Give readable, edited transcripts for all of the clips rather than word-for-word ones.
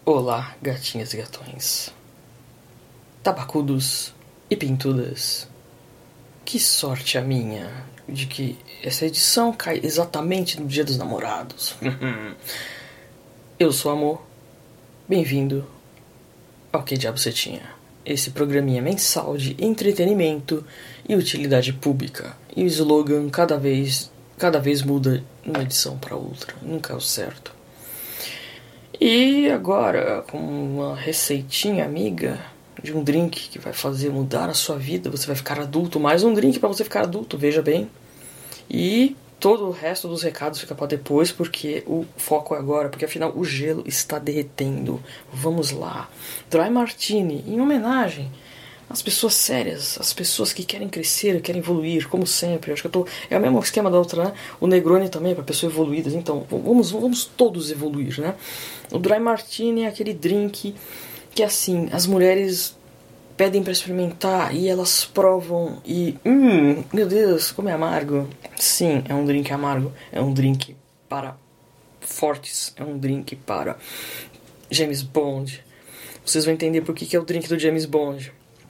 Olá, gatinhas e gatões, tabacudos e pintudas. Que sorte a minha de que essa edição cai exatamente no Dia dos Namorados. Eu sou Amor, bem-vindo ao Que Diabo Você Tinha, esse programinha mensal de entretenimento e utilidade pública. E o slogan cada vez muda de uma edição para outra, nunca é o certo. E agora, com uma receitinha amiga de um drink que vai fazer mudar a sua vida, você vai ficar adulto, mais um drink para você ficar adulto, veja bem. E todo o resto dos recados fica para depois, porque o foco é agora, porque afinal o gelo está derretendo. Vamos lá. Dry Martini, em homenagem às pessoas sérias, às pessoas que querem crescer, querem evoluir, como sempre. Eu acho que é o mesmo esquema da outra, né? O Negroni também é para pessoas evoluídas, então vamos todos evoluir, né? O Dry Martini é aquele drink que, assim, as mulheres pedem para experimentar e elas provam e... meu Deus, como é amargo. Sim, é um drink amargo. É um drink para fortes. É um drink para James Bond. Vocês vão entender por que é o drink do James Bond.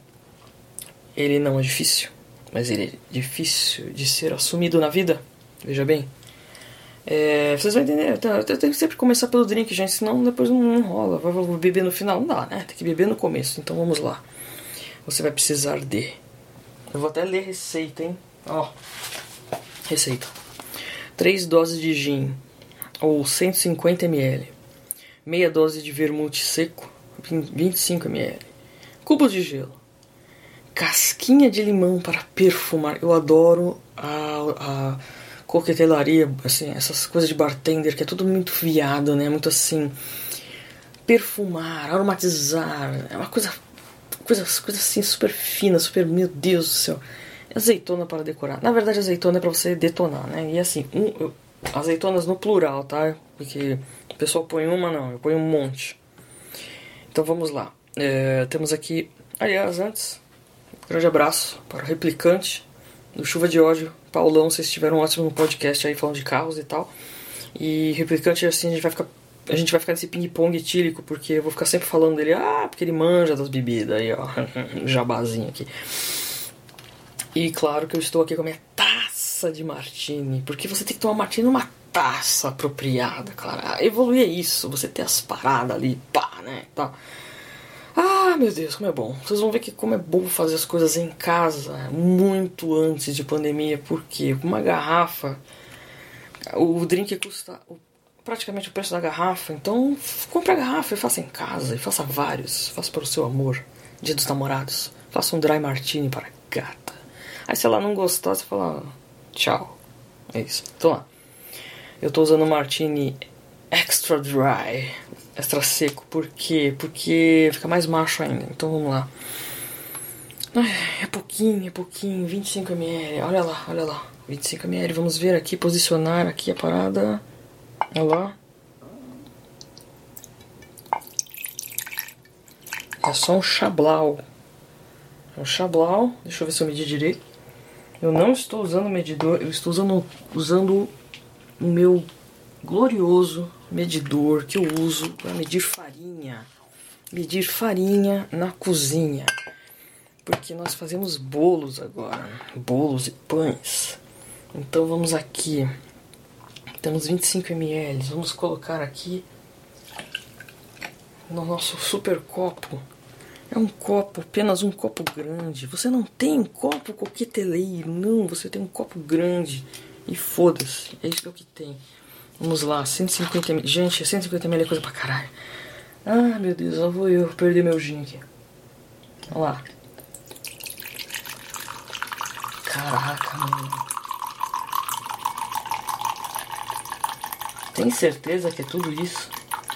Ele não é difícil, mas ele é difícil de ser assumido na vida. Veja bem. Vocês vão entender. Eu tenho que sempre começar pelo drink, gente, senão depois não rola. Vou beber no final, não dá, né? Tem que beber no começo, então vamos lá. Você vai precisar de... Eu vou até ler receita, hein? Ó, receita. 3 doses de gin, ou 150 ml. Meia dose de vermute seco, 25 ml. Cubos de gelo. Casquinha de limão para perfumar. Eu adoro a coquetelaria, assim, essas coisas de bartender, que é tudo muito viado, né? Muito assim... Perfumar, aromatizar. É uma coisa assim, super fina, super... Meu Deus do céu. Azeitona para decorar. Na verdade, azeitona é para você detonar, né? E assim, azeitonas no plural, tá? Porque o pessoal põe uma, não. Eu ponho um monte. Então vamos lá. Temos aqui... Aliás, antes... Um grande abraço para o replicante do Chuva de Ódio, Paulão. Vocês tiveram um ótimo podcast aí falando de carros e tal. E replicante, assim, a gente vai ficar nesse ping-pong etílico, porque eu vou ficar sempre falando dele, porque ele manja das bebidas aí, ó. Jabazinho aqui. E claro que eu estou aqui com a minha taça de martini, porque você tem que tomar martini numa taça apropriada, claro. Evoluir é isso, você ter as paradas ali, pá, né, tal. Meu Deus, como é bom. Vocês vão ver que como é bom fazer as coisas em casa, muito antes de pandemia, porque uma garrafa, o drink custa praticamente o preço da garrafa, então compre a garrafa e faça em casa, e faça vários, faça para o seu amor, Dia dos Namorados, faça um dry martini para a gata. Aí se ela não gostar, você fala tchau, é isso. Então lá, eu tô usando um martini extra dry, extra seco, por quê? Porque fica mais macho ainda, então vamos lá. É pouquinho, 25 ml, olha lá, 25 ml, vamos ver aqui, posicionar aqui a parada, olha lá. É só um chablau, deixa eu ver se eu medi direito. Eu não estou usando medidor, eu estou usando o meu glorioso medidor que eu uso para medir farinha na cozinha, porque nós fazemos bolos agora, bolos e pães. Então vamos aqui, temos 25 ml, vamos colocar aqui no nosso super copo. É um copo, apenas um copo grande. Você não tem um copo coqueteleiro, não, você tem um copo grande e foda-se, é isso que é o que tem. Vamos lá, 150 ml. Gente, 150 ml é coisa pra caralho. Meu Deus, lá vou eu perder meu gin aqui. Olha lá. Caraca, mano. Tem certeza que é tudo isso?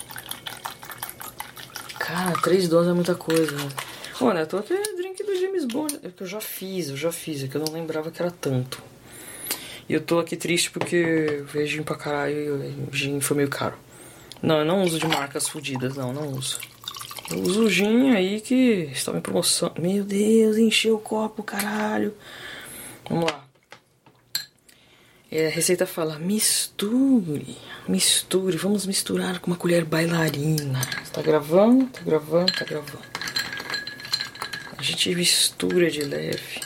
Cara, 3 doses é muita coisa, né? Olha, eu tô aqui drink do James Bond. É que eu já fiz, é que eu não lembrava que era tanto. E eu tô aqui triste porque vejo gin pra caralho e o gin foi meio caro. Não, eu não uso de marcas fodidas, não uso. Eu uso o gin aí que estava em promoção. Meu Deus, encheu o copo, caralho. Vamos lá. A receita fala, misture, vamos misturar com uma colher bailarina. Tá gravando? Tá gravando. A gente mistura de leve.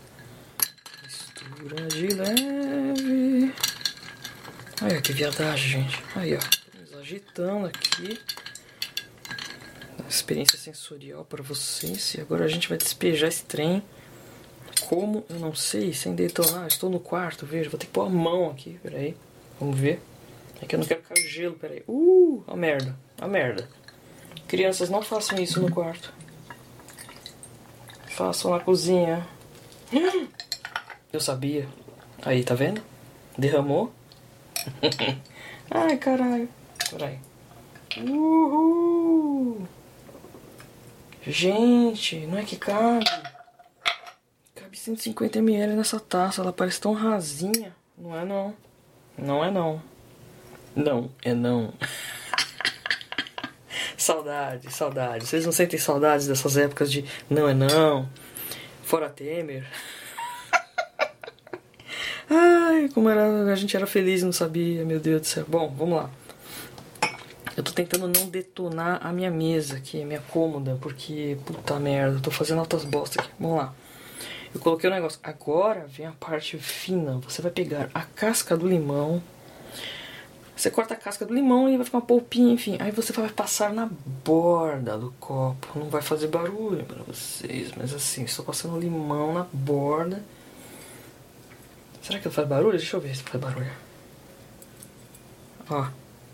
Mistura de leve. Olha que viadagem, gente. Aí, ó. Estamos agitando aqui. Experiência sensorial para vocês. E agora a gente vai despejar esse trem. Como? Eu não sei, sem detonar. Estou no quarto, veja. Vou ter que pôr a mão aqui, peraí. Vamos ver. É que eu não quero cair gelo, peraí. A merda. Crianças, não façam isso no quarto. Façam na cozinha. Eu sabia. Aí, tá vendo? Derramou. Ai, caralho. Peraí. Uhul. Gente, não é que cabe. Cabe 150 ml nessa taça. Ela parece tão rasinha. Não é não. Não é não. Não é não. Saudade. Vocês não sentem saudades dessas épocas de não é não? Fora Temer. Ai, como a gente era feliz e não sabia, meu Deus do céu. Bom, vamos lá. Eu tô tentando não detonar a minha mesa aqui, a minha cômoda, porque, puta merda, eu tô fazendo altas bosta aqui. Vamos lá. Eu coloquei o negócio. Agora vem a parte fina. Você vai pegar a casca do limão. Você corta a casca do limão e vai ficar uma polpinha, enfim. Aí você vai passar na borda do copo. Não vai fazer barulho pra vocês, mas assim, estou passando limão na borda. Será que faz barulho? Deixa eu ver se faz barulho. Ó.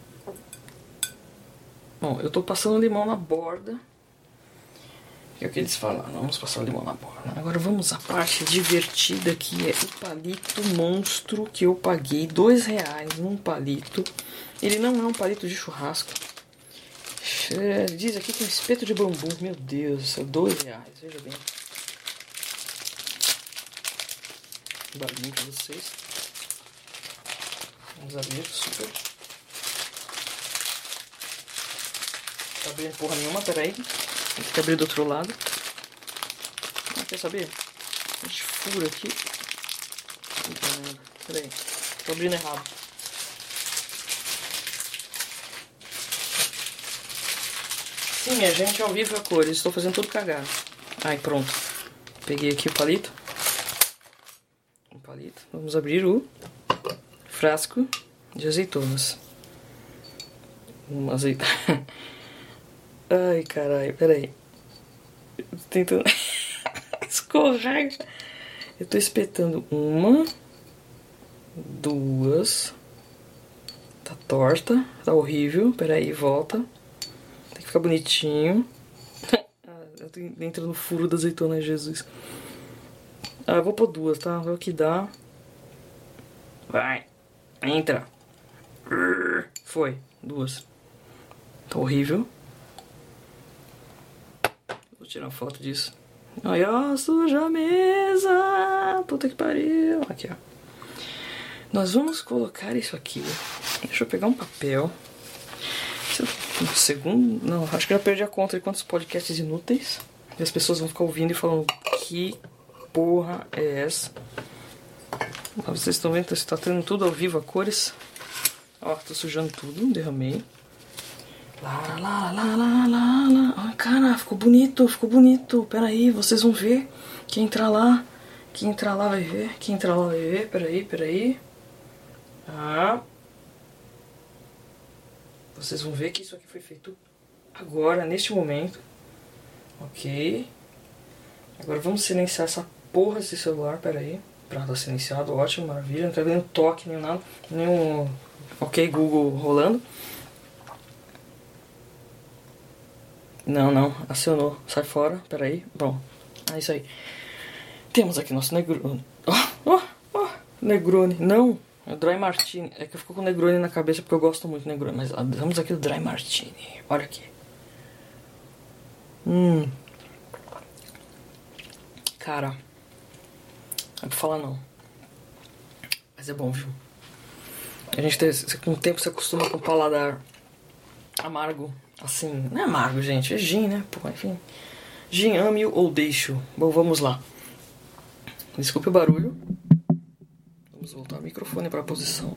Bom, eu tô passando limão na borda. Que é o que eles falaram. Vamos passar o limão na borda. Agora vamos à parte divertida, que é o palito monstro que eu paguei R$2 num palito. Ele não é um palito de churrasco. Diz aqui que é um espeto de bambu. Meu Deus do céu, R$2. Veja bem. Um barulhinho pra vocês. Vamos abrir, super. Tá abrindo porra nenhuma, peraí. Tem que abrir do outro lado. Quer saber? A gente fura aqui. Peraí. Tô abrindo errado. Sim, minha gente, ao vivo a cores. Estou fazendo tudo cagado. Ai, pronto. Peguei aqui o palito. Vamos abrir o frasco de azeitonas. Uma azeitona. Ai, caralho, peraí. Eu tô tentando escorrega. Eu tô espetando uma, duas. Tá torta, tá horrível. Peraí, volta. Tem que ficar bonitinho. Eu tô entrando no furo da azeitona, Jesus. Eu vou pôr duas, tá? Vê o que dá. Vai, entra. Foi, duas. Tá horrível. Vou tirar uma foto disso. Ai, ó, suja a mesa. Puta que pariu. Aqui, ó. Nós vamos colocar isso aqui. Deixa eu pegar um papel. Segundo... Não, acho que eu já perdi a conta de quantos podcasts inúteis. E as pessoas vão ficar ouvindo e falando: que porra é essa? Vocês estão vendo que está tendo tudo ao vivo a cores. Ó, tô sujando tudo, derramei. Ai, cara, ficou bonito. Pera aí, vocês vão ver. Quem entrar lá vai ver. Peraí. Vocês vão ver que isso aqui foi feito agora, neste momento. Ok. Agora vamos silenciar essa porra desse celular, peraí. Pronto, tá silenciado, ótimo, maravilha. Não tá vendo toque nem nada. Nenhum ok Google rolando. Não, acionou. Sai fora, peraí. Bom, é isso aí. Temos aqui nosso Negroni. Negroni. Não, é o Dry Martini. É que eu fico com Negroni na cabeça porque eu gosto muito de Negroni. Mas vamos aqui o Dry Martini. Olha aqui. Cara, não é pra falar não. Mas é bom, viu? A gente com o tempo se acostuma com o paladar amargo. Assim, não é amargo, gente. É gin, né? Pô, enfim. Gin, ame-o ou deixe-o. Bom, vamos lá. Desculpe o barulho. Vamos Vamos voltar o microfone para a posição.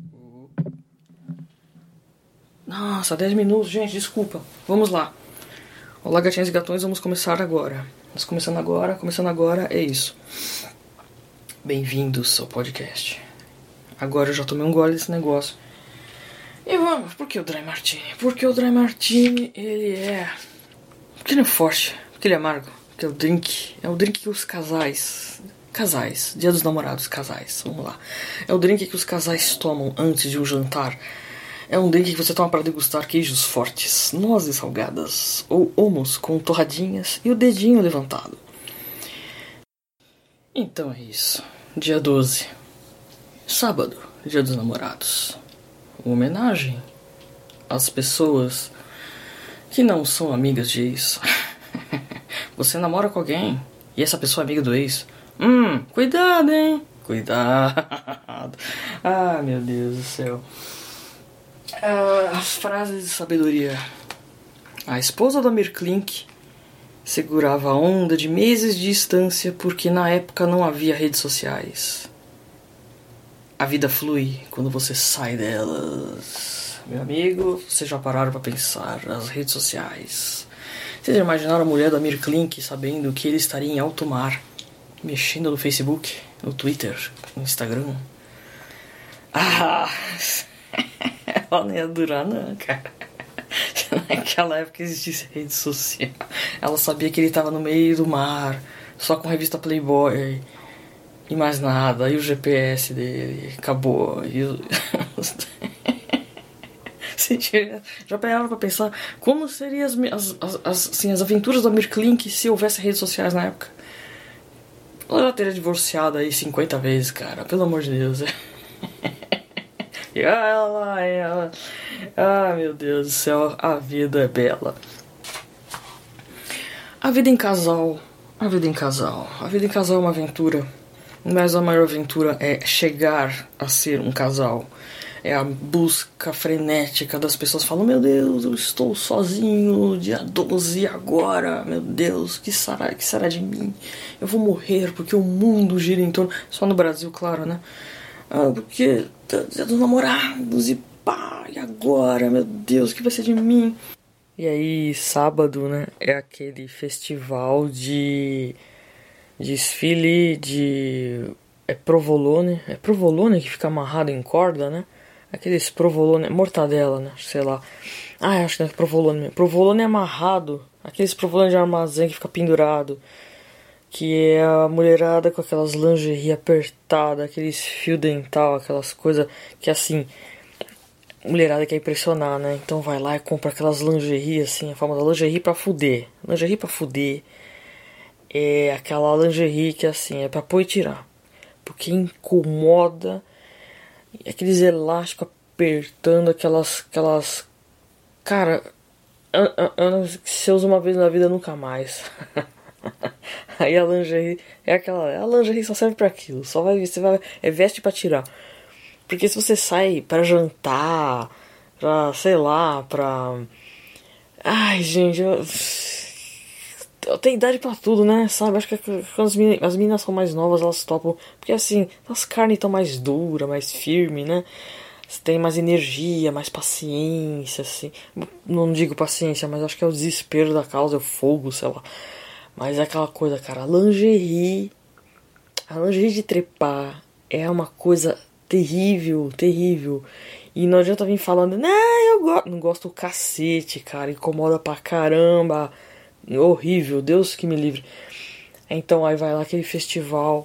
Nossa, 10 minutos, gente, desculpa. Vamos lá. Olá, gatinhas e gatões, vamos começar agora. Mas começando agora, é isso. Bem-vindos ao podcast. Agora eu já tomei um gole desse negócio. E vamos, por que o Dry Martini? Porque o Dry Martini, porque ele é forte, porque ele é amargo, porque é o drink que os casais, dia dos namorados, casais, vamos lá. É o drink que os casais tomam antes de um jantar. É um drink que você toma para degustar queijos fortes, nozes salgadas ou hummus com torradinhas e o dedinho levantado. Então é isso. Dia 12. Sábado, dia dos namorados. Uma homenagem às pessoas que não são amigas de ex. Você namora com alguém e essa pessoa é amiga do ex. Cuidado, hein? Cuidado. Ah, meu Deus do céu. As frases de sabedoria. A esposa do Amir Klink segurava a onda de meses de distância porque na época não havia redes sociais. A vida flui quando você sai delas. Meu amigo, vocês já pararam para pensar nas redes sociais? Vocês já imaginaram a mulher do Amir Klink sabendo que ele estaria em alto mar, mexendo no Facebook, no Twitter, no Instagram? Ela não ia durar não, cara. Naquela época existisse rede social. Ela sabia que ele estava no meio do mar, só com a revista Playboy e mais nada. Aí o GPS dele acabou. Já pegaram pra pensar como seriam as aventuras do Amir Klink se houvesse redes sociais na época? Ela já teria divorciado aí 50 vezes, cara. Pelo amor de Deus. Meu Deus do céu, a vida é bela. A vida em casal é uma aventura, mas a maior aventura é chegar a ser um casal. É a busca frenética das pessoas. Falam, meu Deus, eu estou sozinho, dia 12 agora, meu Deus, que será de mim? Eu vou morrer porque o mundo gira em torno... Só no Brasil, claro, né? Porque dia dos namorados e pá, e agora, meu Deus, o que vai ser de mim? E aí, sábado, né, é aquele festival de desfile de... É provolone que fica amarrado em corda, né? Aqueles provolone, mortadela, né, sei lá. Acho que é provolone mesmo. Provolone amarrado, aqueles provolone de armazém que fica pendurado. Que é a mulherada com aquelas lingerie apertadas, aqueles fio dental, aquelas coisas que assim, mulherada quer impressionar, né? Então vai lá e compra aquelas lingerie assim, a famosa lingerie pra fuder. Lingerie pra fuder é aquela lingerie que assim, é pra pôr e tirar. Porque incomoda, aqueles elásticos apertando, aquelas... Cara, se eu uso uma vez na vida, nunca mais. Aí a lingerie é aquela... A lingerie só serve pra aquilo. É veste pra tirar. Porque se você sai pra jantar, pra, sei lá, pra... Ai, gente, eu tenho idade pra tudo, né? Sabe? Acho que quando as meninas são mais novas, elas topam. Porque assim, as carnes estão mais duras, mais firmes, né? Você tem mais energia, mais paciência, assim. Não digo paciência, mas acho que é o desespero da causa, é o fogo, sei lá. Mas é aquela coisa, cara, a lingerie de trepar é uma coisa terrível, terrível. E não adianta vir falando, não gosto do cacete, cara, incomoda pra caramba, horrível, Deus que me livre. Então aí vai lá aquele festival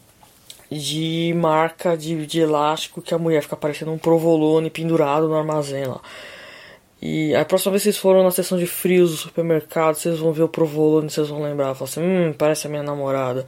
de marca de elástico que a mulher fica parecendo um provolone pendurado no armazém lá. E a próxima vez que vocês foram na seção de frios do supermercado, vocês vão ver o provolone, vocês vão lembrar, falar assim, parece a minha namorada.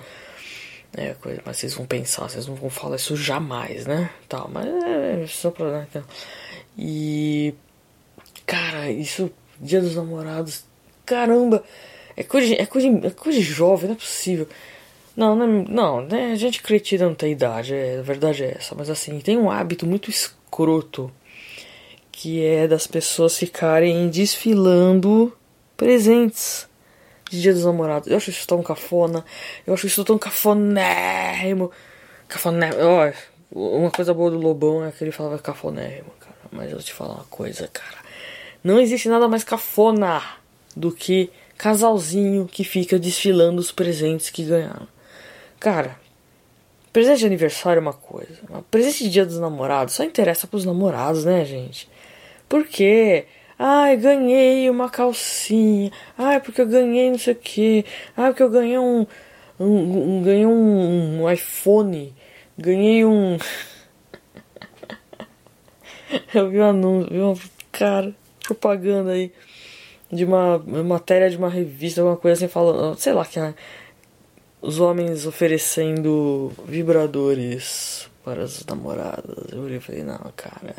Mas vocês vão pensar, vocês não vão falar isso jamais, né? Tá, mas é só pra... Né? Então. E... Cara, isso... Dia dos namorados... Caramba! É coisa de jovem, não é possível. Não, né? Gente cretina não tem idade, a verdade é essa. Mas assim, tem um hábito muito escroto, que é das pessoas ficarem desfilando presentes de Dia dos Namorados. Eu acho isso tão cafona. Eu acho isso tão cafonérrimo. Uma coisa boa do Lobão é que ele falava cafonérrimo, cara. Mas eu vou te falar uma coisa, cara. Não existe nada mais cafona do que casalzinho que fica desfilando os presentes que ganharam. Cara, presente de aniversário é uma coisa. Presente de dia dos namorados só interessa pros namorados, né, gente? Por quê? Ai, ganhei uma calcinha. Ai, porque eu ganhei não sei o que. Ai, porque eu ganhei ganhei um iPhone. Ganhei um... Eu vi um anúncio, vi uma, cara, propaganda aí de uma matéria de uma revista, alguma coisa assim, falando, sei lá, que os homens oferecendo vibradores para as namoradas. Eu olhei e falei, não, cara.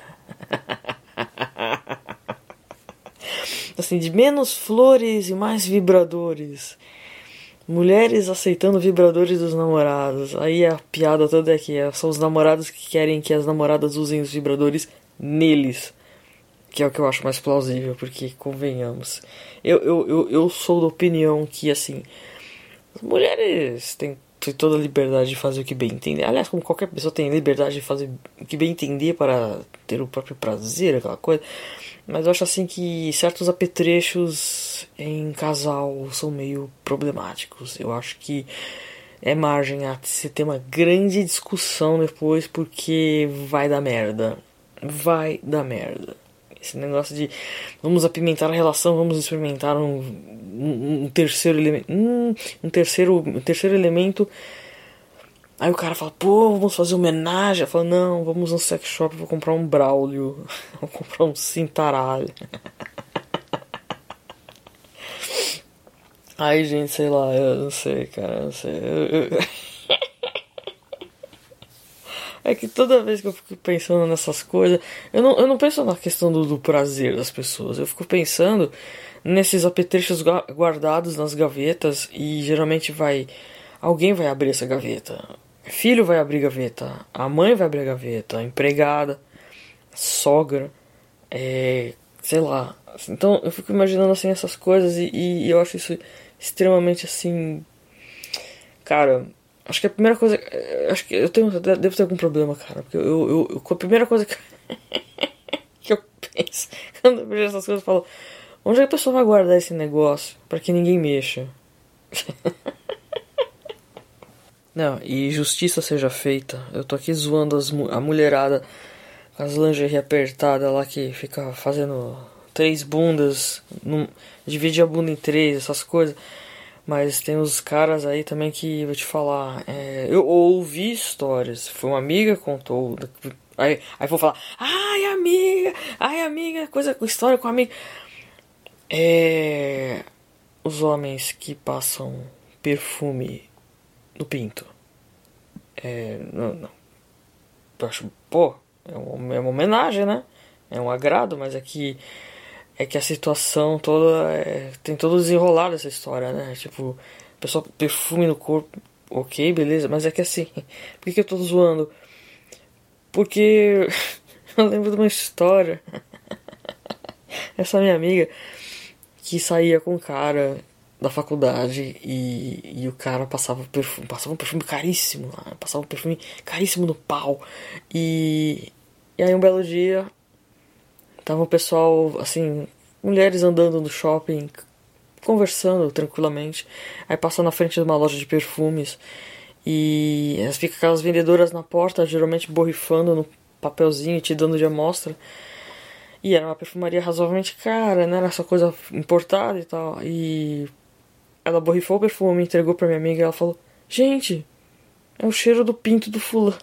Assim, de menos flores e mais vibradores. Mulheres aceitando vibradores dos namorados. Aí a piada toda é que são os namorados que querem que as namoradas usem os vibradores neles. Que é o que eu acho mais plausível, porque convenhamos. Eu sou da opinião que, assim, as mulheres têm toda a liberdade de fazer o que bem entender. Aliás, como qualquer pessoa tem liberdade de fazer o que bem entender para ter o próprio prazer, aquela coisa. Mas eu acho assim que certos apetrechos em casal são meio problemáticos. Eu acho que é margem a se ter uma grande discussão depois, porque vai dar merda. Vai dar merda. Esse negócio de vamos apimentar a relação, vamos experimentar um terceiro elemento. Um terceiro elemento. Aí o cara fala, pô, vamos fazer homenagem. Eu falo, não, vamos no sex shop, vou comprar um Braulio. Vou comprar um cintaralho. Aí, gente, sei lá, eu não sei, cara, eu não sei. É que toda vez que eu fico pensando nessas coisas, eu não penso na questão do prazer das pessoas. Eu fico pensando nesses apetrechos guardados nas gavetas e geralmente alguém vai abrir essa gaveta. Filho vai abrir a gaveta, a mãe vai abrir a gaveta, a empregada, a sogra, sei lá. Então eu fico imaginando assim essas coisas e eu acho isso extremamente assim. Cara, acho que a primeira coisa. Acho que devo ter algum problema, cara. Porque a primeira coisa que eu penso quando eu vejo essas coisas, eu falo: onde é que a pessoa vai guardar esse negócio pra que ninguém mexa? Não, e justiça seja feita. Eu tô aqui zoando a mulherada com as lingerie apertadas lá que fica fazendo 3 bundas, divide a bunda em 3, essas coisas. Mas tem os caras aí também que, vou te falar, eu ouvi histórias, foi uma amiga que contou, aí vou falar, ai amiga, história com amiga. Os homens que passam perfume no pinto. Não. Eu acho, pô, é uma homenagem, né? É um agrado, mas é que a situação toda tem todo desenrolado essa história, né? Tipo, a pessoa perfume no corpo, ok, beleza, mas é que assim, por que eu tô zoando? Porque eu lembro de uma história. Essa minha amiga que saía com um cara da faculdade e o cara passava um perfume caríssimo lá, passava um perfume caríssimo no pau. E aí um belo dia tava o pessoal, assim, mulheres andando no shopping, conversando tranquilamente. Aí passa na frente de uma loja de perfumes e fica aquelas vendedoras na porta, geralmente borrifando no papelzinho e te dando de amostra. E era uma perfumaria razoavelmente cara, não era essa coisa importada e tal. E ela borrifou o perfume, entregou pra minha amiga e ela falou: gente, é o cheiro do pinto do fulano.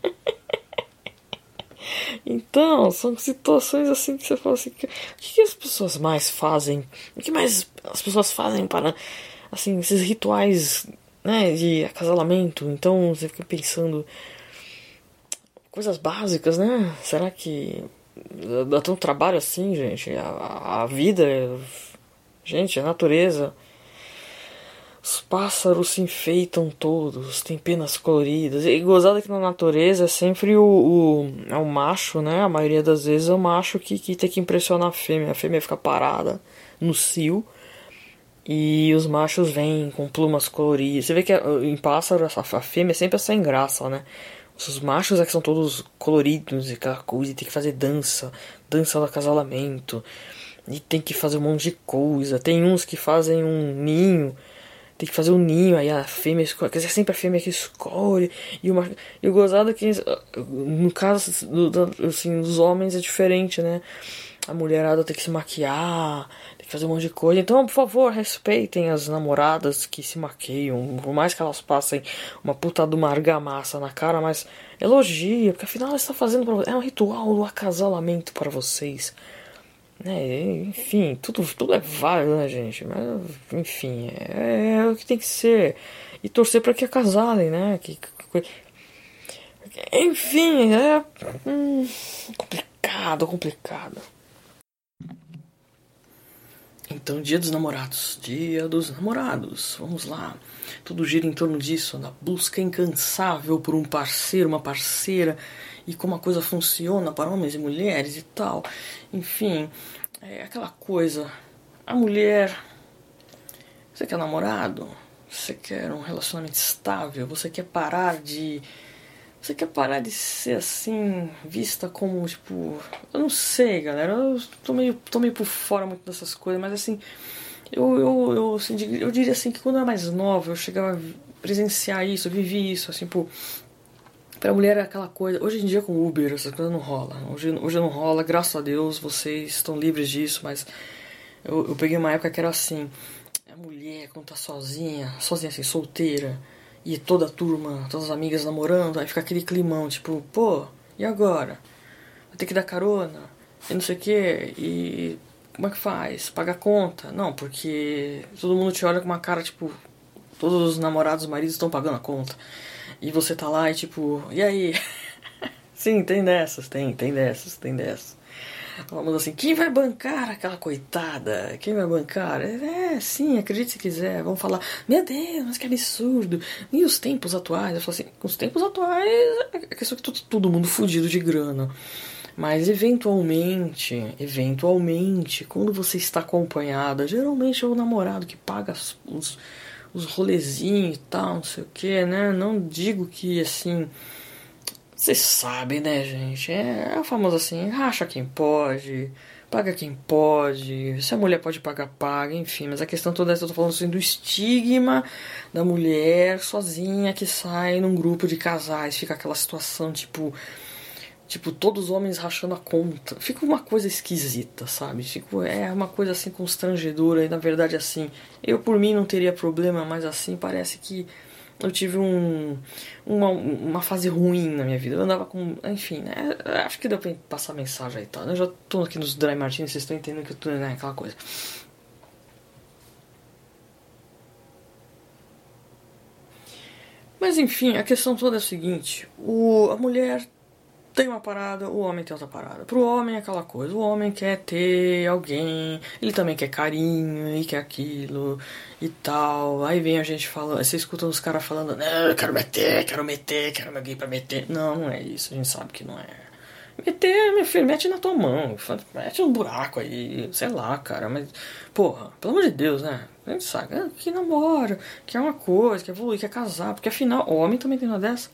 Então, são situações assim que você fala assim, o que as pessoas mais fazem? O que mais as pessoas fazem para, assim, esses rituais, né, de acasalamento? Então, você fica pensando, coisas básicas, né? Será que dá tanto trabalho assim, gente? A vida, gente, a natureza... Os pássaros se enfeitam todos, tem penas coloridas. E gozada que na natureza é sempre é o macho, né? A maioria das vezes é o macho que tem que impressionar a fêmea. A fêmea fica parada no cio e os machos vêm com plumas coloridas. Você vê que em pássaro a fêmea sempre é sem graça, né? Os machos é que são todos coloridos e aquela coisa, e tem que fazer dança do acasalamento, e tem que fazer um monte de coisa. Tem uns que fazem um ninho, tem que fazer um ninho, aí a fêmea escolhe, quer dizer, sempre a fêmea que escolhe, e o gozado é que, no caso, assim, dos homens é diferente, né? A mulherada tem que se maquiar, tem que fazer um monte de coisa. Então, por favor, respeitem as namoradas que se maquiam. Por mais que elas passem uma puta de uma argamassa na cara, mas elogia, porque afinal ela está fazendo é um ritual do acasalamento para vocês. Né? Enfim, tudo é válido, né, gente? Mas, enfim, é o que tem que ser. E torcer para que acasalem, né? Enfim, é complicado. Então, Dia dos Namorados. Dia dos Namorados. Vamos lá. Tudo gira em torno disso, da busca incansável por um parceiro, uma parceira, e como a coisa funciona para homens e mulheres e tal. Enfim, é aquela coisa. A mulher... Você quer namorado? Você quer um relacionamento estável? Você quer parar de... Você quer parar de ser assim, vista como, tipo... Eu não sei, galera. Eu tô meio por fora muito dessas coisas, mas assim... Eu diria assim que quando eu era mais nova, eu chegava a presenciar isso, eu vivi isso, assim, pô... Pra mulher é aquela coisa... Hoje em dia com Uber, essas coisas não rola. Hoje não rola, graças a Deus, vocês estão livres disso, mas... Eu peguei uma época que era assim... A mulher, quando tá sozinha assim, solteira... E toda a turma, todas as amigas namorando, aí fica aquele climão, tipo, pô, e agora? Vai ter que dar carona, e não sei o que, e como é que faz? Paga a conta? Não, porque todo mundo te olha com uma cara, tipo, todos os namorados, os maridos estão pagando a conta. E você tá lá e tipo, e aí? Sim, tem dessas. Falamos assim, quem vai bancar aquela coitada? Quem vai bancar? Sim, acredite se quiser. Vamos falar, meu Deus, mas que absurdo. E os tempos atuais? Eu falo assim, os tempos atuais é questão que todo mundo fudido de grana. Mas eventualmente, quando você está acompanhada, geralmente é o namorado que paga os rolezinhos e tal, não sei o que, né? Não digo que assim... Vocês sabem, né, gente? É o famoso assim, racha quem pode, paga quem pode, se a mulher pode pagar, paga, enfim. Mas a questão toda essa, eu tô falando assim do estigma da mulher sozinha que sai num grupo de casais. Fica aquela situação, tipo todos os homens rachando a conta. Fica uma coisa esquisita, sabe? É uma coisa assim constrangedora. E na verdade, assim, eu por mim não teria problema, mas assim, parece que eu tive uma fase ruim na minha vida. Eu andava com... Enfim, né? Acho que deu pra passar mensagem aí, tá? Eu já tô aqui nos Dry Martini, vocês estão entendendo que eu tô, né? Aquela coisa. Mas enfim, a questão toda é a seguinte. A mulher tem uma parada, o homem tem outra parada. Pro homem é aquela coisa, o homem quer ter alguém, ele também quer carinho e quer aquilo e tal. Aí vem a gente falando, você escuta os caras falando, não, eu quero alguém pra meter. Não, não é isso, a gente sabe que não é. Meter, meu filho, mete na tua mão, mete um buraco aí, sei lá, cara, mas, porra, pelo amor de Deus, né? A gente sabe, que namora, quer uma coisa, quer evoluir, quer casar, porque afinal, o homem também tem uma dessa.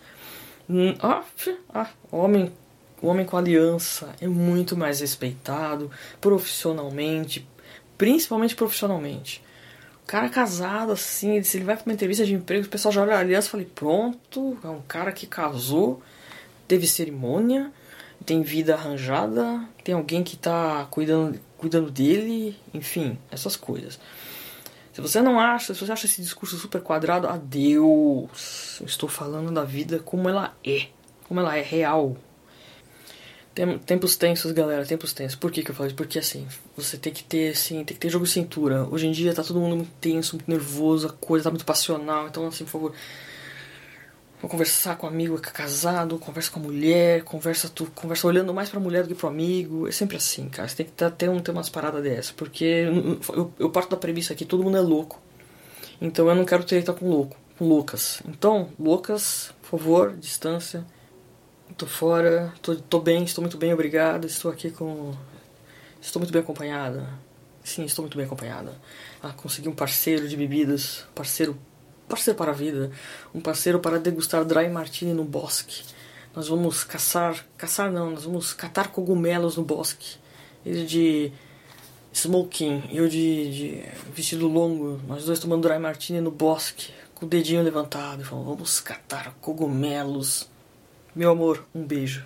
O homem com aliança é muito mais respeitado profissionalmente, principalmente profissionalmente. O cara casado assim, se ele vai pra uma entrevista de emprego, o pessoal já olha a aliança e fala: pronto, é um cara que casou, teve cerimônia, tem vida arranjada, tem alguém que tá cuidando dele, enfim, essas coisas. Se você acha esse discurso super quadrado, adeus. Eu estou falando da vida como ela é real. Tempos tensos, galera, tempos tensos. Por que eu falo isso? Porque assim, você tem que ter jogo de cintura. Hoje em dia tá todo mundo muito tenso, muito nervoso, a coisa tá muito passional. Então assim, por favor, vou conversar com um amigo que é casado, conversa com a mulher, conversa olhando mais pra mulher do que pro amigo. É sempre assim, cara. Você tem que ter umas paradas dessas. Porque eu parto da premissa que todo mundo é louco. Então eu não quero treta com loucas. Então, loucas, por favor, distância. Tô fora, tô bem, estou muito bem, obrigado. Estou muito bem acompanhada. Sim, estou muito bem acompanhada. Consegui um parceiro de bebidas, parceiro para a vida, um parceiro para degustar Dry Martini no bosque. Nós vamos caçar não, nós vamos catar cogumelos no bosque. Ele de smoking, eu de vestido longo, nós dois tomando dry martini no bosque, com o dedinho levantado, e falando, vamos catar cogumelos. Meu amor, um beijo.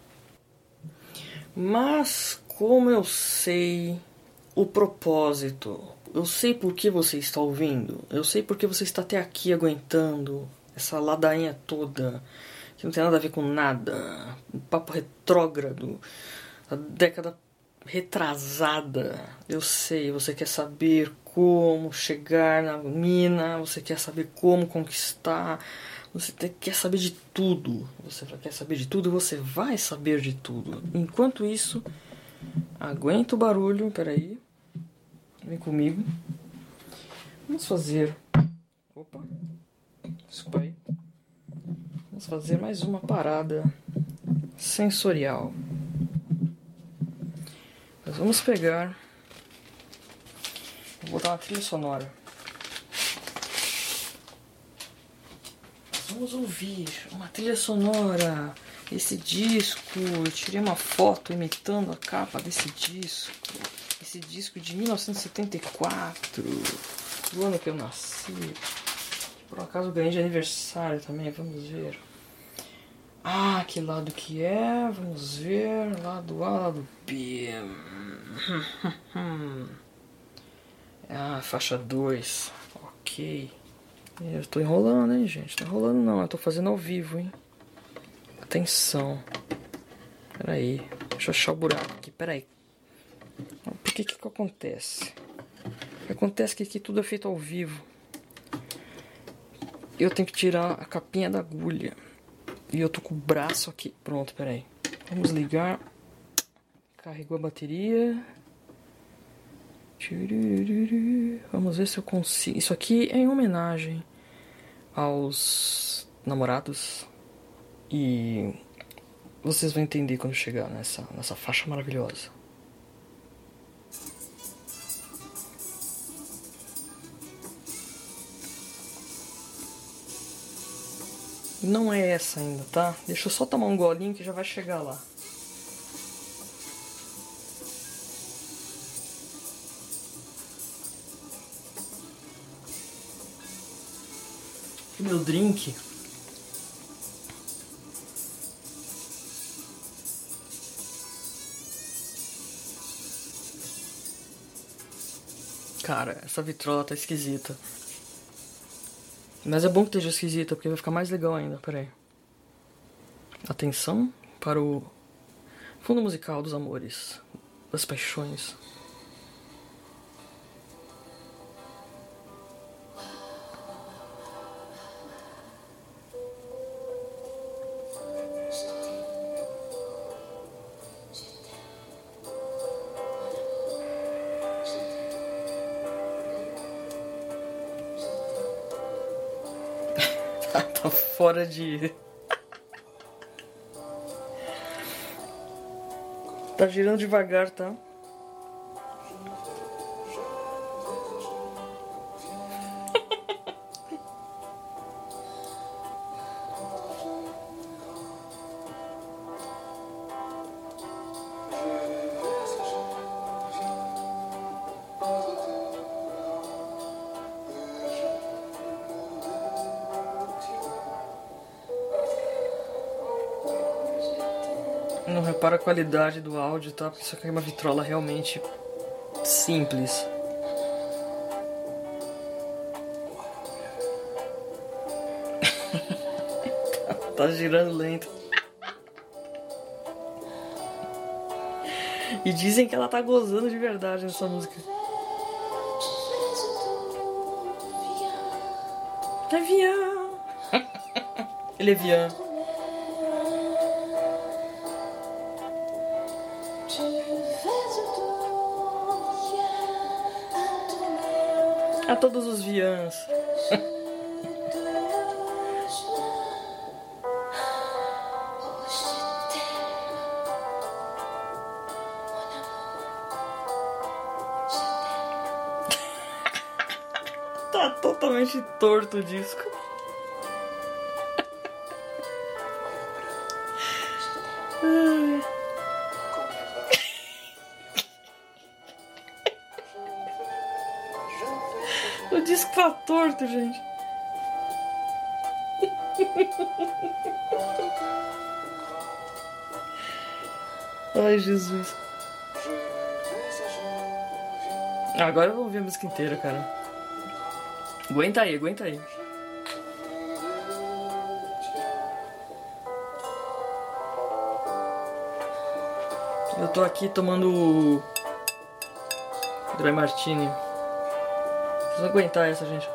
Mas como eu sei o propósito, eu sei por que você está ouvindo, eu sei por que você está até aqui aguentando essa ladainha toda, que não tem nada a ver com nada, um papo retrógrado, a década retrasada. Eu sei, você quer saber como chegar na mina, você quer saber como conquistar, você quer saber de tudo. Você quer saber de tudo, você vai saber de tudo. Enquanto isso, aguenta o barulho, peraí. Vem comigo. Vamos fazer... Opa, desculpa aí. Vamos fazer mais uma parada sensorial. Nós vamos pegar... Vou botar uma trilha sonora. Nós vamos ouvir uma trilha sonora. Esse disco, eu tirei uma foto imitando a capa desse disco. Esse disco de 1974, do ano que eu nasci. Por um acaso eu ganhei de aniversário também, vamos ver. Ah, que lado que é? Vamos ver. Lado A, lado B. Ah, faixa 2. Ok. Eu tô enrolando, hein, gente? Não tô enrolando não, eu tô fazendo ao vivo, hein. Atenção. Pera aí. Deixa eu achar o buraco aqui, pera aí. Por que acontece? Acontece que aqui tudo é feito ao vivo. Eu tenho que tirar a capinha da agulha. E eu tô com o braço aqui. Pronto, peraí. Vamos ligar. Carregou a bateria. Vamos ver se eu consigo. Isso aqui é em homenagem aos namorados. E vocês vão entender quando chegar nessa faixa maravilhosa. Não é essa ainda, tá? Deixa eu só tomar um golinho que já vai chegar lá. Meu drink. Cara, essa vitrola tá esquisita. Mas é bom que esteja esquisita, porque vai ficar mais legal ainda. Pera aí. Atenção para o fundo musical dos amores, das paixões. Tá fora de... Tá girando devagar, tá? Não repara a qualidade do áudio, tá? Porque isso aqui é uma vitrola realmente simples. Tá girando lento. E dizem que ela tá gozando de verdade nessa música. É Vian. Ele é Vian. A todos os Vians. Tá totalmente torto o disco. O disco tá torto, gente. Ai, Jesus. Agora eu vou ouvir a música inteira, cara. Aguenta aí, aguenta aí. Eu tô aqui tomando Dry Martini. Preciso aguentar essa, gente.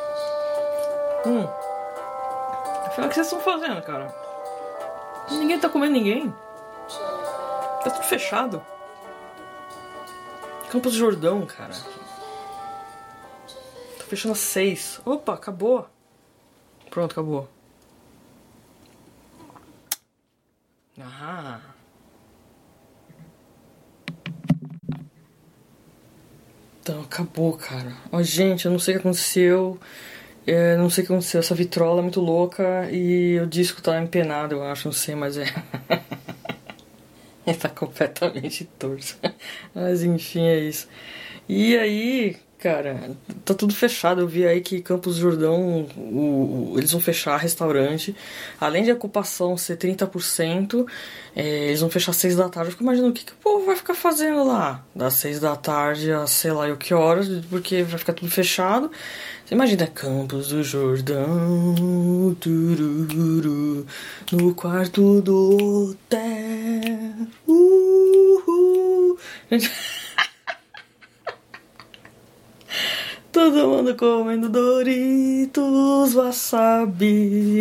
Afinal, o que vocês estão fazendo, cara? Ninguém tá comendo ninguém. Tá tudo fechado. Campos do Jordão, cara. Tô fechando às 6. Opa, acabou. Pronto, acabou. Ah. Então, acabou, cara. Ó, gente, eu não sei o que aconteceu. Não sei o que aconteceu. Essa vitrola é muito louca e o disco tá empenado, eu acho. Não sei, mas é. Ele tá completamente torto. Mas enfim, é isso. E aí, cara, tá tudo fechado. Eu vi aí que Campos do Jordão, eles vão fechar restaurante. Além de a ocupação ser 30%, eles vão fechar às 6 da tarde. Eu fico imaginando o que o povo vai ficar fazendo lá. Das 6 da tarde a sei lá eu que horas, porque vai ficar tudo fechado. Você imagina Campos do Jordão, tururu, no quarto do hotel. Todo mundo comendo Doritos, wasabi.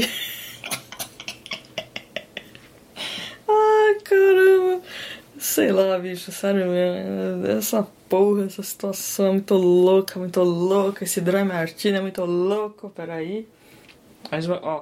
Ai, caramba. Sei lá, bicho, sério mesmo. Essa porra, essa situação é muito louca, muito louca. Esse Dry Martini é muito louco. Peraí. Mas, ó.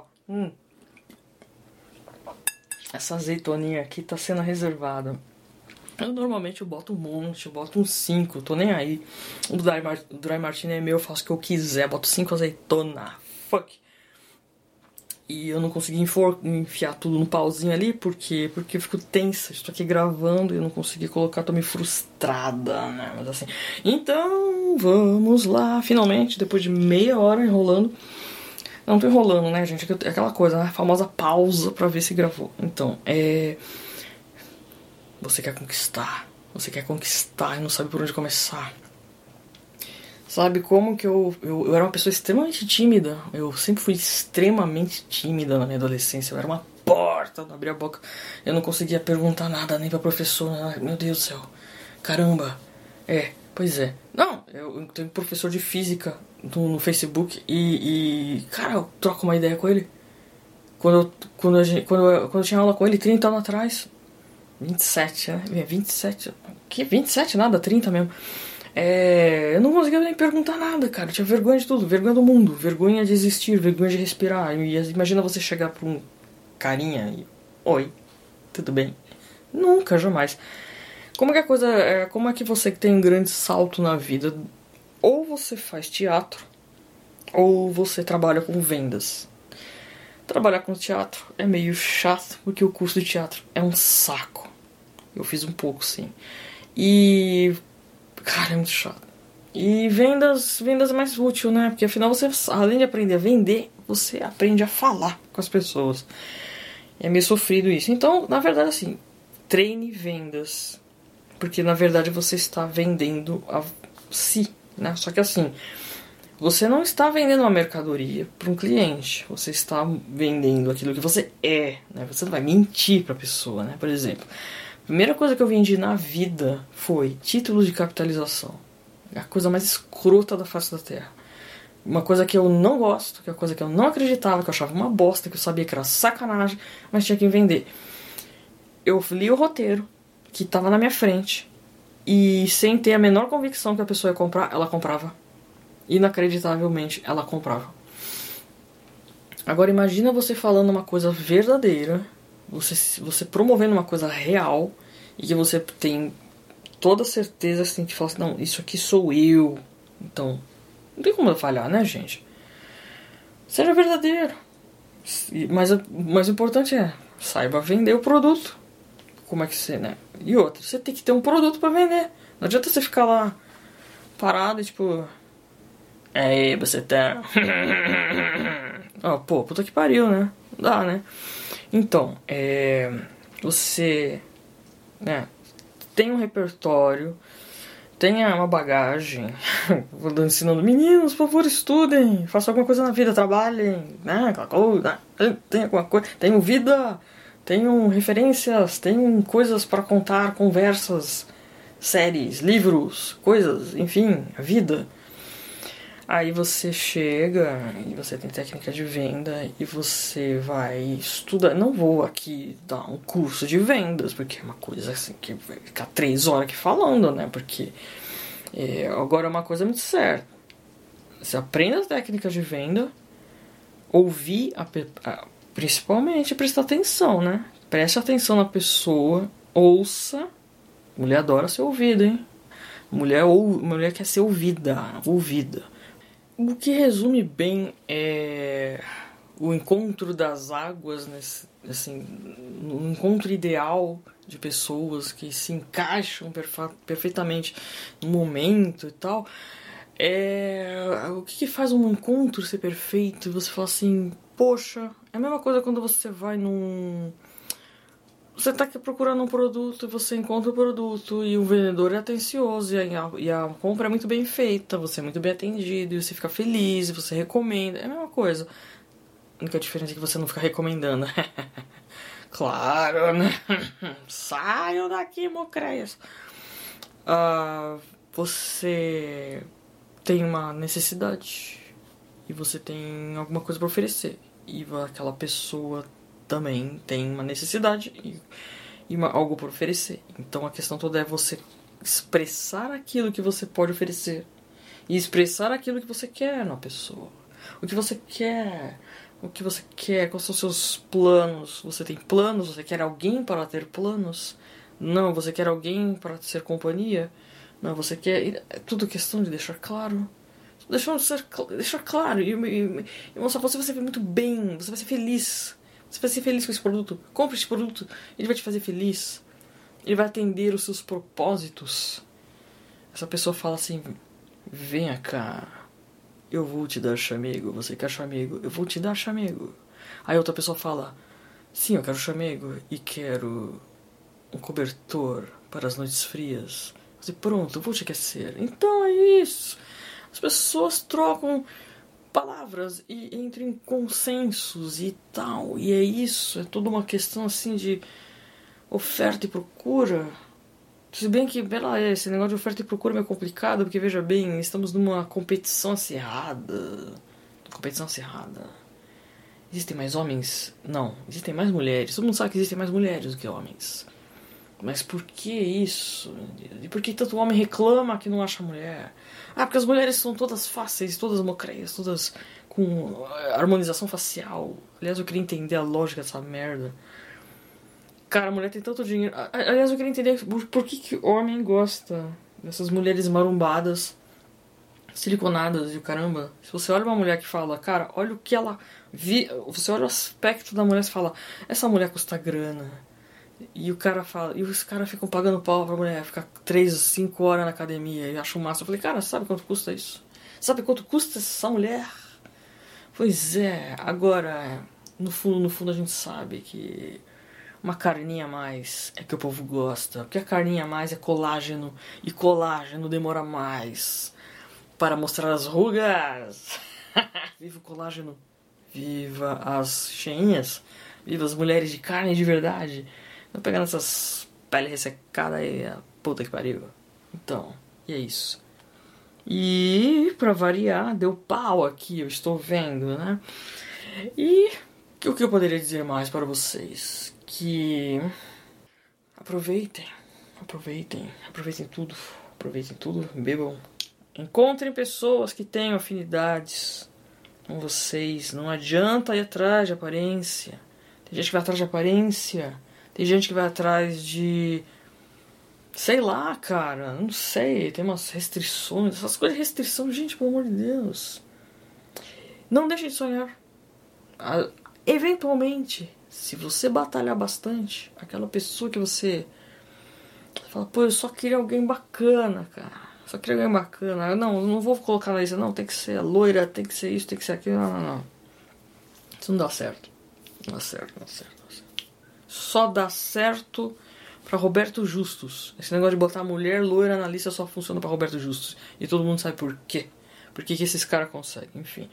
Essa azeitoninha aqui tá sendo reservada. Eu normalmente boto um monte, eu boto uns 5, tô nem aí. O Dry Martini é meu, eu faço o que eu quiser, boto 5 azeitona. Fuck. E eu não consegui enfiar tudo no pauzinho ali, porque eu fico tensa. Estou aqui gravando e eu não consegui colocar, tô meio frustrada, né? Mas assim. Então, vamos lá. Finalmente, depois de meia hora enrolando. Não tô enrolando, né, gente? É aquela coisa, né? A famosa pausa pra ver se gravou. Então, você quer conquistar. Você quer conquistar e não sabe por onde começar. Sabe como que eu era uma pessoa extremamente tímida. Eu sempre fui extremamente tímida na minha adolescência. Eu era uma porta, não abria a boca. Eu não conseguia perguntar nada nem pra professora. Meu Deus do céu. Caramba. Pois é. Não, eu tenho um professor de física no Facebook cara, eu troco uma ideia com ele. Quando eu tinha aula com ele 30 anos atrás. 27, né? 27. Que 27 nada, 30 mesmo. Eu não conseguia nem perguntar nada, cara. Eu tinha vergonha de tudo, vergonha do mundo, vergonha de existir, vergonha de respirar. E imagina você chegar pra um carinha e... Oi, tudo bem? Nunca, jamais. Como é que você que tem um grande salto na vida? Ou você faz teatro, ou você trabalha com vendas. Trabalhar com teatro é meio chato, porque o curso de teatro é um saco. Eu fiz um pouco, sim. Cara, é muito chato. E vendas é mais útil, né? Porque afinal você, além de aprender a vender, você aprende a falar com as pessoas. É meio sofrido isso. Então, na verdade, assim, treine vendas. Porque, na verdade, você está vendendo a si, né? Só que assim, você não está vendendo uma mercadoria para um cliente. Você está vendendo aquilo que você é, né? Você não vai mentir para a pessoa, né? Por exemplo, a primeira coisa que eu vendi na vida foi títulos de capitalização. A coisa mais escrota da face da terra. Uma coisa que eu não gosto, que é uma coisa que eu não acreditava, que eu achava uma bosta, que eu sabia que era sacanagem, mas tinha que vender. Eu li o roteiro, que estava na minha frente, e sem ter a menor convicção que a pessoa ia comprar, ela comprava. Inacreditavelmente, ela comprava. Agora imagina você falando uma coisa verdadeira, você promovendo uma coisa real, e que você tem toda certeza assim, que fala assim, não, isso aqui sou eu. Então, não tem como eu falhar, né, gente? Seja verdadeiro. Mas o mais importante é, saiba vender o produto. Como é que você, né? E outra, você tem que ter um produto pra vender. Não adianta você ficar lá parado e tipo... Aí, você tá... Pô, puta que pariu, né? Dá, né? Então, você, né, tem um repertório, tenha uma bagagem, vou ensinando meninos, por favor, estudem, façam alguma coisa na vida, trabalhem, né, aquela coisa, tem alguma coisa, tenham vida, tenham referências, tenham coisas para contar, conversas, séries, livros, coisas, enfim, a vida. Aí você chega e você tem técnica de venda e você vai estudar. Não vou aqui dar um curso de vendas, porque é uma coisa assim que vai ficar 3 horas aqui falando, né? Porque agora é uma coisa muito certa. Você aprende as técnicas de venda, ouvir, principalmente prestar atenção, né? Preste atenção na pessoa, ouça. Mulher adora ser ouvida, hein? Mulher quer ser ouvida. O que resume bem é o encontro das águas, assim, um encontro ideal de pessoas que se encaixam perfeitamente no momento e tal. O que faz um encontro ser perfeito? E você fala assim, poxa, é a mesma coisa quando você vai num... Você tá aqui procurando um produto, você encontra o produto e o vendedor é atencioso e a compra é muito bem feita, você é muito bem atendido e você fica feliz, você recomenda, é a mesma coisa. A única diferença é que você não fica recomendando. Claro, né? Saiam daqui, mocreias. Você tem uma necessidade e você tem alguma coisa para oferecer e aquela pessoa também tem uma necessidade e algo para oferecer. Então a questão toda é você expressar aquilo que você pode oferecer e expressar aquilo que você quer na pessoa. O que você quer, quais são os seus planos? Você tem planos? Você quer alguém para ter planos? Não, você quer alguém para ser companhia? Não, você quer... É tudo questão de deixar claro. Deixar claro e mostrar pra você vai ser muito bem, você vai ser feliz. Você vai ser feliz com esse produto. Compre esse produto, ele vai te fazer feliz. Ele vai atender os seus propósitos. Essa pessoa fala assim, venha cá, eu vou te dar chamego. Você quer chamego? Eu vou te dar chamego. Aí outra pessoa fala, sim, eu quero chamego e quero um cobertor para as noites frias. Você, pronto, eu vou te aquecer. Então é isso. As pessoas trocam palavras e entram em consensos e tal. E é isso, é toda uma questão assim de oferta e procura. Se bem que, esse negócio de oferta e procura é meio complicado, porque veja bem, estamos numa competição acirrada. Existem mais homens? Não, existem mais mulheres. Todo mundo sabe que existem mais mulheres do que homens. Mas por que isso? E por que tanto homem reclama que não acha mulher? Porque as mulheres são todas fáceis, todas mocreias, todas com harmonização facial. Aliás, eu queria entender a lógica dessa merda. Cara, a mulher tem tanto dinheiro. Aliás, eu queria entender por que homem gosta dessas mulheres marombadas, siliconadas e o caramba. Se você olha uma mulher que fala, cara, olha o que ela... Você olha o aspecto da mulher e fala, essa mulher custa grana. E o cara fala, e os caras ficam pagando pau pra mulher ficar 3, 5 horas na academia e acho massa. Eu falei, cara, sabe quanto custa isso? Sabe quanto custa essa mulher? Pois é, agora, no fundo a gente sabe que uma carninha a mais é que o povo gosta. Porque a carninha a mais é colágeno, e colágeno demora mais para mostrar as rugas. Viva o colágeno, viva as cheinhas, viva as mulheres de carne de verdade. Tô pegando essas peles ressecadas aí, a puta que pariu. Então, e é isso. E, pra variar, deu pau aqui, eu estou vendo, né? E o que eu poderia dizer mais para vocês? Que aproveitem tudo, bebam. Encontrem pessoas que tenham afinidades com vocês. Não adianta ir atrás de aparência. Tem gente que vai atrás de aparência. Tem gente que vai atrás de... Sei lá, cara. Não sei. Tem umas restrições. Essas coisas de restrição, gente, pelo amor de Deus. Não deixem de sonhar. Eventualmente, se você batalhar bastante, aquela pessoa que você fala, pô, eu só queria alguém bacana, cara. Só queria ganhar bacana. Não vou colocar na lista, não. Tem que ser loira, tem que ser isso, tem que ser aquilo. Não. Isso não dá certo. Não dá certo. Só dá certo pra Roberto Justus. Esse negócio de botar mulher loira na lista só funciona pra Roberto Justus. E todo mundo sabe por quê. Por que esses caras conseguem, enfim.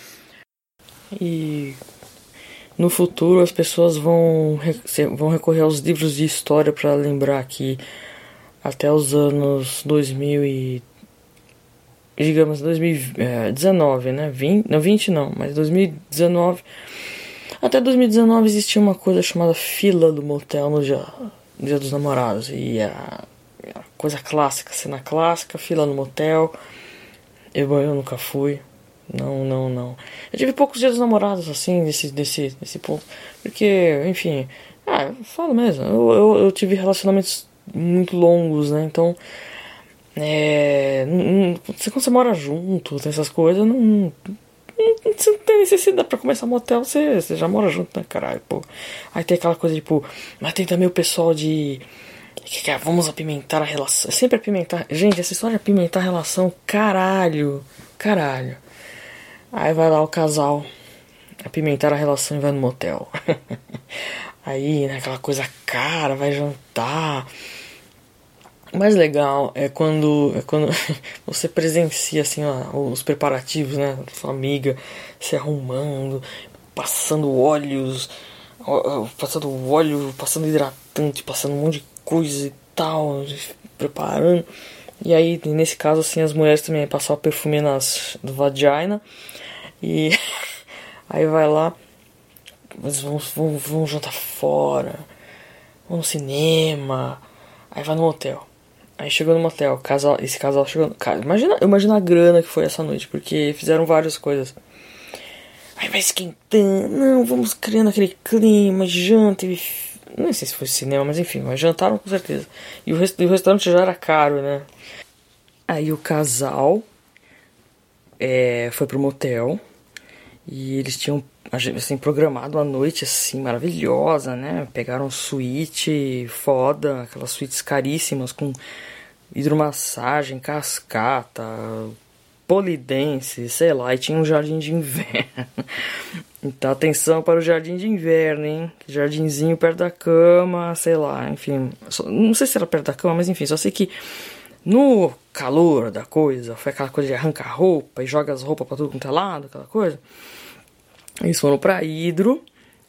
E no futuro as pessoas vão recorrer aos livros de história pra lembrar que até os anos 2000 e... digamos 2019, né? 20 não, mas 2019... Até 2019 existia uma coisa chamada fila do motel no dia dos namorados. E a coisa clássica, cena clássica, fila no motel. Eu nunca fui. Não. Eu tive poucos dias dos namorados, assim, desse ponto. Porque, enfim... eu falo mesmo. Eu tive relacionamentos muito longos, né? Então... quando você mora junto, tem essas coisas, você não tem necessidade pra começar motel, você já mora junto, né, caralho, pô. Aí tem aquela coisa, tipo... Mas tem também o pessoal de... vamos apimentar a relação. É sempre apimentar... Gente, essa história de apimentar a relação, caralho. Aí vai lá o casal apimentar a relação e vai no motel. Aí, né, aquela coisa cara, vai jantar... O mais legal é quando você presencia assim, os preparativos, né? Sua amiga se arrumando, passando óleo, passando hidratante, passando um monte de coisa e tal, preparando. E aí, nesse caso, assim, as mulheres também passam o perfume do vagina. E aí vai lá, mas vamos jantar fora, vamos no cinema, aí vai no motel. Aí chegou no motel, esse casal chegou... Cara, imagina a grana que foi essa noite, porque fizeram várias coisas. Aí vai esquentando, não, vamos criando aquele clima, janta, não sei se foi cinema, mas enfim, mas jantaram com certeza. E o restaurante já era caro, né? Aí o casal foi pro motel, e eles tinham, assim, programado uma noite, assim, maravilhosa, né? Pegaram suíte foda, aquelas suítes caríssimas, com hidromassagem, cascata, polidense, sei lá, e tinha um jardim de inverno. Então, atenção para o jardim de inverno, hein? Jardinzinho perto da cama, sei lá, enfim. Não sei se era perto da cama, mas enfim, só sei que no calor da coisa, foi aquela coisa de arrancar roupa e joga as roupas pra tudo quanto é lado, aquela coisa. Eles foram pra hidro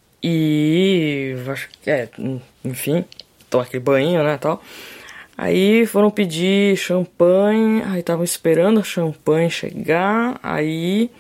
e... enfim, tomar aquele banho, né, tal. Aí foram pedir champanhe, aí estavam esperando a champanhe chegar, aí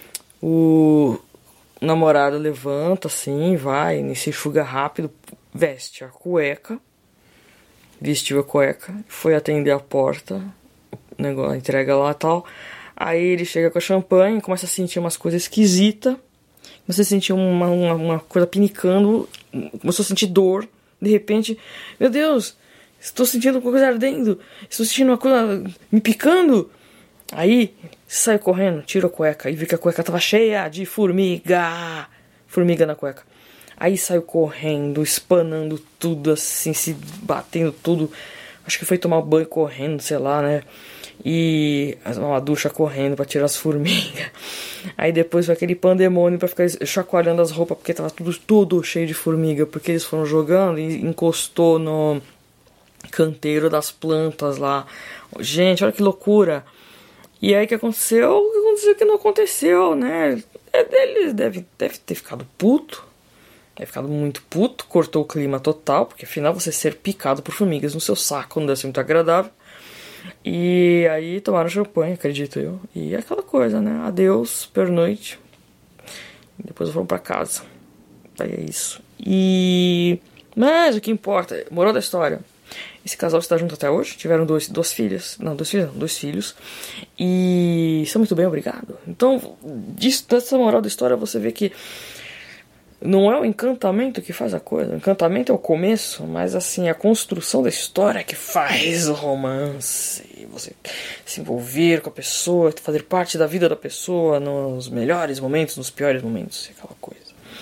o namorado levanta assim, vai, se enxuga rápido, veste a cueca, vestiu a cueca, foi atender a porta, o negócio, entrega lá e tal. Aí ele chega com a champanhe, começa a sentir umas coisas esquisitas, começa a sentir uma coisa pinicando, começou a sentir dor, de repente, meu Deus... Estou sentindo uma coisa ardendo. Estou sentindo uma coisa me picando. Aí, sai correndo, tira a cueca. E vê que a cueca estava cheia de formiga. Formiga na cueca. Aí saiu correndo, espanando tudo, assim, se batendo tudo. Acho que foi tomar banho correndo, sei lá, né? E uma ducha correndo pra tirar as formigas. Aí depois foi aquele pandemônio pra ficar chacoalhando as roupas, porque tava tudo cheio de formiga. Porque eles foram jogando e encostou no... canteiro das plantas lá. Gente, olha que loucura. E aí o que aconteceu? O que aconteceu que não aconteceu, né? Ele deve ter ficado puto. Deve ter ficado muito puto. Cortou o clima total. Porque afinal você ser picado por formigas no seu saco não deve ser muito agradável. E aí tomaram champanhe, acredito eu. E aquela coisa, né? Adeus, pernoite. Depois foram pra casa. Aí é isso. Mas o que importa, moral da história. Esse casal está junto até hoje. Tiveram dois filhos. E estão muito bem, obrigado. Então, dessa moral da história, você vê que não é o encantamento que faz a coisa. O encantamento é o começo, mas assim, a construção da história que faz o romance. Você se envolver com a pessoa, fazer parte da vida da pessoa nos melhores momentos, nos piores momentos, aquela coisa.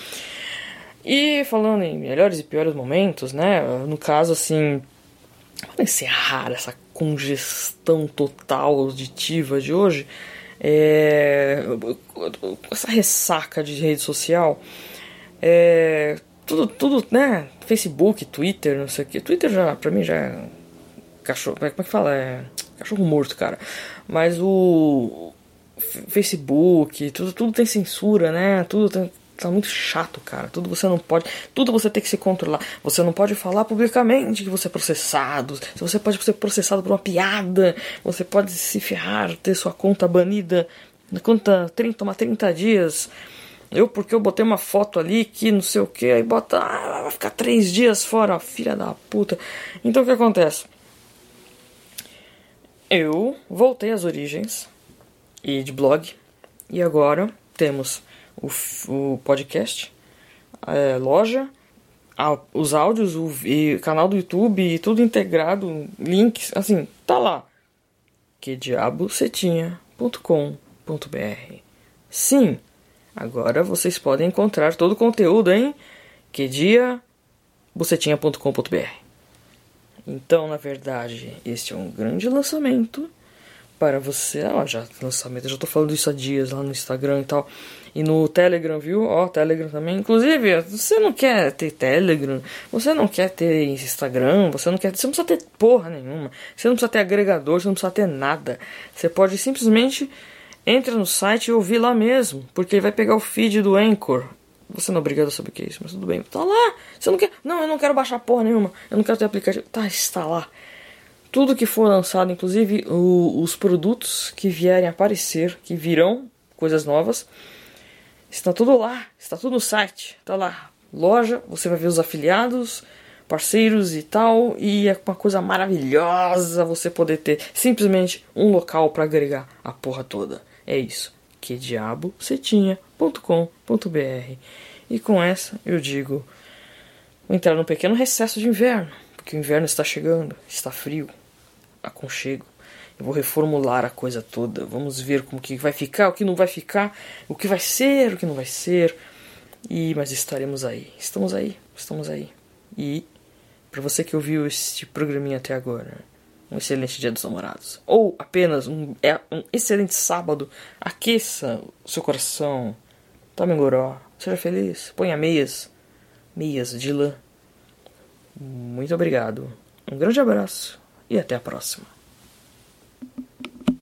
E falando em melhores e piores momentos, né? No caso, assim... Para encerrar essa congestão total auditiva de hoje, essa ressaca de rede social, tudo, né? Facebook, Twitter, não sei o que. Twitter já, pra mim, já é cachorro. Como é que fala? É cachorro morto, cara. Mas o Facebook, tudo tem censura, né? Tá muito chato, cara. Tudo você não pode. Tudo você tem que se controlar. Você não pode falar publicamente que você é processado. Você pode ser processado por uma piada. Você pode se ferrar, ter sua conta banida. Tomar 30 dias. Porque eu botei uma foto ali que não sei o que. Aí bota. Vai ficar 3 dias fora, filha da puta. Então o que acontece? Eu voltei às origens e de blog. E agora temos o podcast, a loja, os áudios, o canal do YouTube e tudo integrado, links, assim, tá lá. quediabocetinha.com.br. Sim, agora vocês podem encontrar todo o conteúdo em quediabocetinha.com.br. Então, na verdade, este é um grande lançamento para você. Lançamento, eu já tô falando isso há dias lá no Instagram e tal. E no Telegram, viu? Telegram também. Inclusive, você não quer ter Telegram, você não quer ter Instagram, você não precisa ter porra nenhuma. Você não precisa ter agregador, você não precisa ter nada. Você pode simplesmente entrar no site e ouvir lá mesmo, porque ele vai pegar o feed do Anchor. Você não é obrigado a saber o que é isso, mas tudo bem. Tá lá. Você não quer? Não, eu não quero baixar porra nenhuma. Eu não quero ter aplicativo. Está lá. Tudo que for lançado, inclusive os produtos que vierem aparecer, que virão, coisas novas, está tudo lá, está tudo no site, está lá. Loja, você vai ver os afiliados, parceiros e tal, e é uma coisa maravilhosa você poder ter simplesmente um local para agregar a porra toda. É isso, quediabocetinha.com.br. E com essa eu digo, vou entrar num pequeno recesso de inverno, porque o inverno está chegando, está frio, aconchego. Eu vou reformular a coisa toda. Vamos ver como que vai ficar, o que não vai ficar, o que vai ser, o que não vai ser. Mas estaremos aí. Estamos aí. E para você que ouviu este programinha até agora, um excelente Dia dos Namorados. Ou apenas um excelente sábado. Aqueça o seu coração. Tome um goró. Seja feliz. Ponha meias de lã. Muito obrigado. Um grande abraço. E até a próxima.